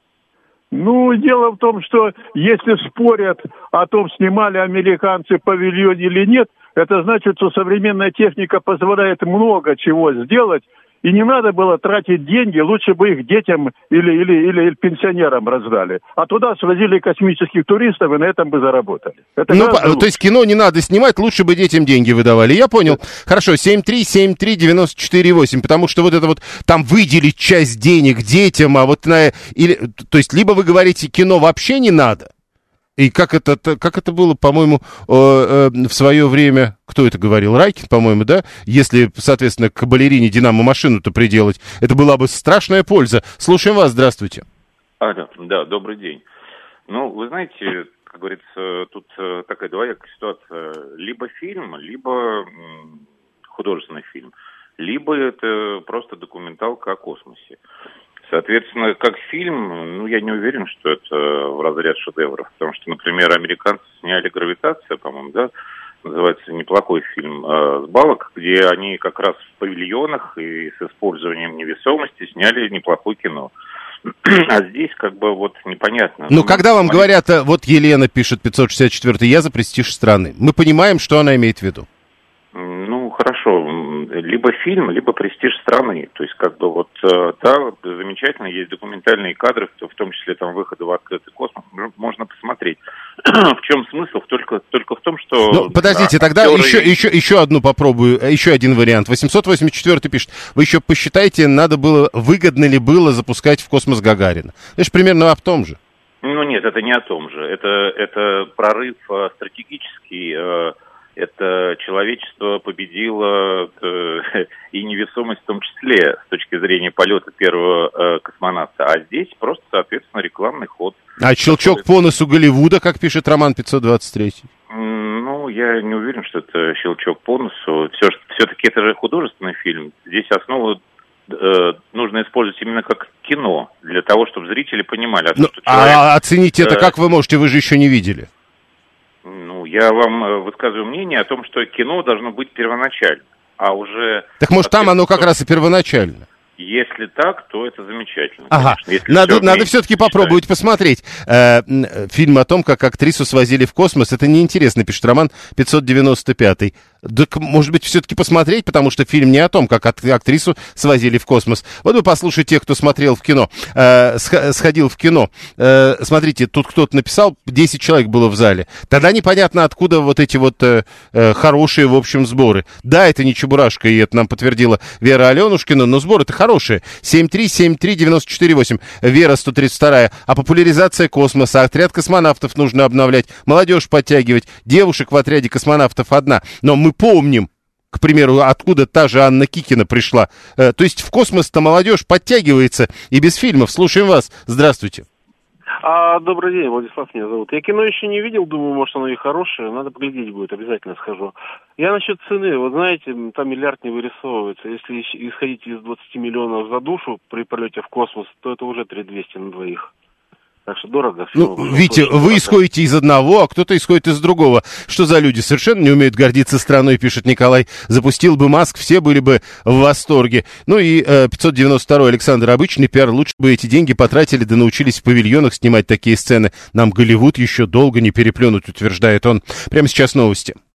Ну, дело в том, что если спорят о том, снимали американцы в павильоне или нет, это значит, что современная техника позволяет много чего сделать, и не надо было тратить деньги, лучше бы их детям или пенсионерам раздали. А туда свозили космических туристов и на этом бы заработали. То есть кино не надо снимать, лучше бы детям деньги выдавали. Я понял. Хорошо, 7,3-94,8, потому что вот это вот там выделить часть денег детям, а вот то есть либо вы говорите, кино вообще не надо, и как это было, по-моему, в свое время, кто это говорил, Райкин, по-моему, да? Если, соответственно, к балерине «Динамо» машину-то приделать, это была бы страшная польза. Слушаем вас, здравствуйте. Да, добрый день. Ну, вы знаете, как говорится, тут такая двоякая ситуация. Либо фильм, либо художественный фильм, либо это просто документалка о космосе. Соответственно, как фильм, я не уверен, что это в разряд шедевров, потому что, например, американцы сняли «Гравитация», по-моему, да, называется неплохой фильм, с балок, где они как раз в павильонах и с использованием невесомости сняли неплохое кино. А здесь как бы вот непонятно. Когда вам говорят, вот Елена пишет, 564-й, я за престиж страны, мы понимаем, что она имеет в виду. Хорошо, либо фильм, либо престиж страны. То есть, как бы вот, да, замечательно, есть документальные кадры, в том числе там выходы в открытый космос, можно посмотреть. В чем смысл? Только в том, что... Подождите, тогда еще одну попробую, еще один вариант. 884 пишет, вы еще посчитайте, выгодно ли было запускать в космос Гагарина. Это же примерно об том же. Нет, это не о том же. Это прорыв стратегический. Это человечество победило и невесомость в том числе с точки зрения полета первого космонавта. А здесь просто, соответственно, рекламный ход. А щелчок по носу Голливуда, как пишет Роман 523? Я не уверен, что это щелчок по носу. Все-таки это же художественный фильм. Здесь основу нужно использовать именно как кино, для того, чтобы зрители понимали. Оценить это как вы можете? Вы же еще не видели. Я вам высказываю мнение о том, что кино должно быть первоначально, а уже... Так может там оно как раз и первоначально? Если так, то это замечательно. Ага, надо все-таки попробовать посмотреть. Фильм о том, как актрису свозили в космос, это неинтересно, пишет Роман 595. Так, может быть, все-таки посмотреть, потому что фильм не о том, как актрису свозили в космос. Вот вы послушайте тех, кто смотрел в кино, сходил в кино. Смотрите, тут кто-то написал, 10 человек было в зале. Тогда непонятно, откуда вот эти вот хорошие, в общем, сборы. Да, это не Чебурашка, и это нам подтвердила Вера Аленушкина, но сборы-то хорошие. 7373948. Вера 132. А популяризация космоса, отряд космонавтов нужно обновлять, молодежь подтягивать, девушек в отряде космонавтов одна. Но мы помним, к примеру, откуда та же Анна Кикина пришла. То есть в космос-то молодежь подтягивается и без фильмов. Слушаем вас. Здравствуйте. Добрый день, Владислав меня зовут. Я кино еще не видел, думаю, может, оно и хорошее. Надо поглядеть будет, обязательно схожу. Я насчет цены. Вот знаете, там миллиард не вырисовывается. Если исходить из 20 миллионов за душу при полете в космос, то это уже 3200 на двоих. Так что дорого. Витя, вы исходите из одного, а кто-то исходит из другого. Что за люди? Совершенно не умеют гордиться страной, пишет Николай. Запустил бы Маск, все были бы в восторге. Ну и 592-й Александр. Обычный пиар. Лучше бы эти деньги потратили, да научились в павильонах снимать такие сцены. Нам Голливуд еще долго не переплюнуть, утверждает он. Прямо сейчас новости.